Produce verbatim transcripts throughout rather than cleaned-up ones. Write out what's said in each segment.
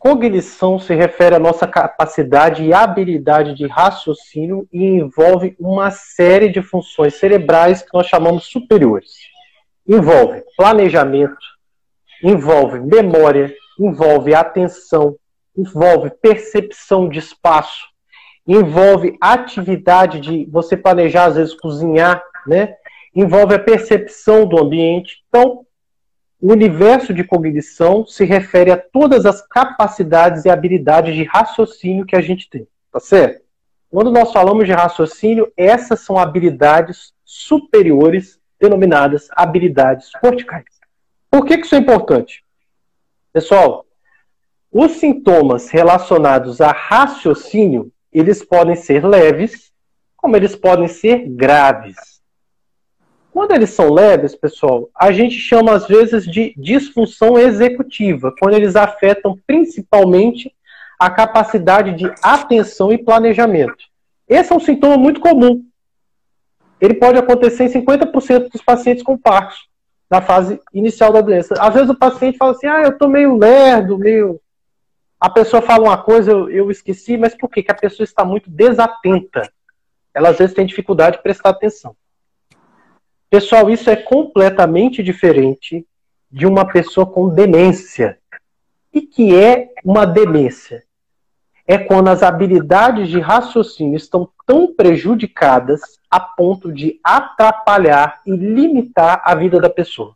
Cognição se refere à nossa capacidade e habilidade de raciocínio e envolve uma série de funções cerebrais que nós chamamos superiores. Envolve planejamento, envolve memória, envolve atenção, envolve percepção de espaço, envolve atividade de você planejar, às vezes, cozinhar, né? Envolve a percepção do ambiente. Então, o universo de cognição se refere a todas as capacidades e habilidades de raciocínio que a gente tem, tá certo? Quando nós falamos de raciocínio, essas são habilidades superiores, denominadas habilidades corticais. Por que que isso é importante? Pessoal, os sintomas relacionados a raciocínio, eles podem ser leves, como eles podem ser graves. Quando eles são leves, pessoal, a gente chama às vezes de disfunção executiva, quando eles afetam principalmente a capacidade de atenção e planejamento. Esse é um sintoma muito comum. Ele pode acontecer em cinquenta por cento dos pacientes com Parkinson, na fase inicial da doença. Às vezes o paciente fala assim, ah, eu estou meio lerdo, meio... A pessoa fala uma coisa, eu, eu esqueci, mas por quê? Porque a pessoa está muito desatenta. Ela às vezes tem dificuldade de prestar atenção. Pessoal, isso é completamente diferente de uma pessoa com demência. O que é uma demência? É quando as habilidades de raciocínio estão tão prejudicadas a ponto de atrapalhar e limitar a vida da pessoa.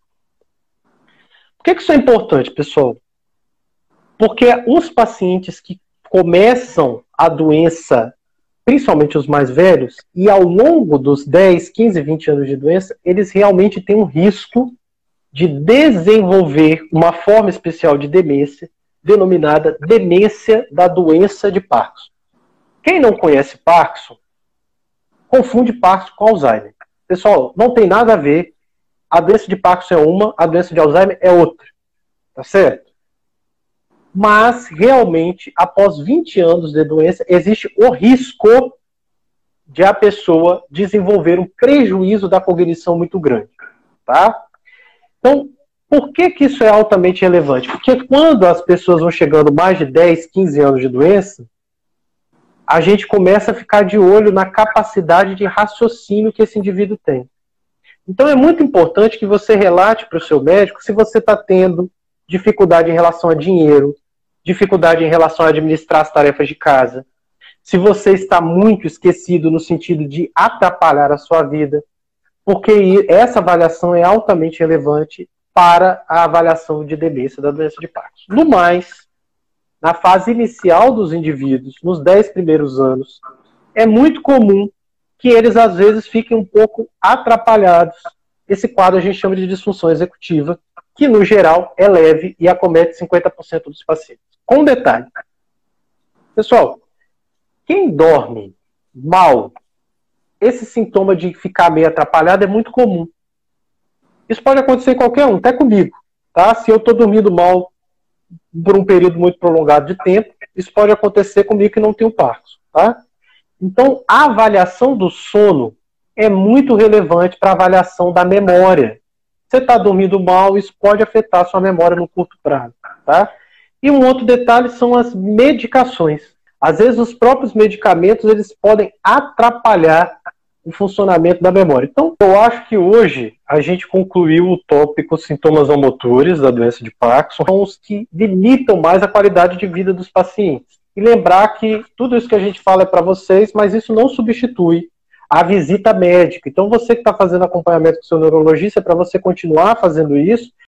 Por que isso é importante, pessoal? Porque os pacientes que começam a doença, principalmente os mais velhos, e ao longo dos dez, quinze, vinte anos de doença, eles realmente têm um risco de desenvolver uma forma especial de demência, denominada demência da doença de Parkinson. Quem não conhece Parkinson, confunde Parkinson com Alzheimer. Pessoal, não tem nada a ver. A doença de Parkinson é uma, a doença de Alzheimer é outra. Tá certo? Mas, realmente, após vinte anos de doença, existe o risco de a pessoa desenvolver um prejuízo da cognição muito grande. Tá? Então, por que que isso é altamente relevante? Porque quando as pessoas vão chegando mais de dez, quinze anos de doença, a gente começa a ficar de olho na capacidade de raciocínio que esse indivíduo tem. Então, é muito importante que você relate para o seu médico se você está tendo dificuldade em relação a dinheiro, dificuldade em relação a administrar as tarefas de casa, se você está muito esquecido no sentido de atrapalhar a sua vida, porque essa avaliação é altamente relevante para a avaliação de demência da doença de Parkinson. No mais, na fase inicial dos indivíduos, nos dez primeiros anos, é muito comum que eles às vezes fiquem um pouco atrapalhados. Esse quadro a gente chama de disfunção executiva, que no geral é leve e acomete cinquenta por cento dos pacientes. Com um detalhe. Pessoal, quem dorme mal, esse sintoma de ficar meio atrapalhado é muito comum. Isso pode acontecer em qualquer um, até comigo. Tá? Se eu estou dormindo mal por um período muito prolongado de tempo, isso pode acontecer comigo que não tenho Parkinson. Tá? Então, a avaliação do sono é muito relevante para a avaliação da memória. Você está dormindo mal, isso pode afetar a sua memória no curto prazo. Tá? E um outro detalhe são as medicações. Às vezes os próprios medicamentos eles podem atrapalhar o funcionamento da memória. Então, eu acho que hoje a gente concluiu o tópico sintomas não motores da doença de Parkinson, são os que limitam mais a qualidade de vida dos pacientes. E lembrar que tudo isso que a gente fala é para vocês, mas isso não substitui a visita médica. Então, você que está fazendo acompanhamento com o seu neurologista, é para você continuar fazendo isso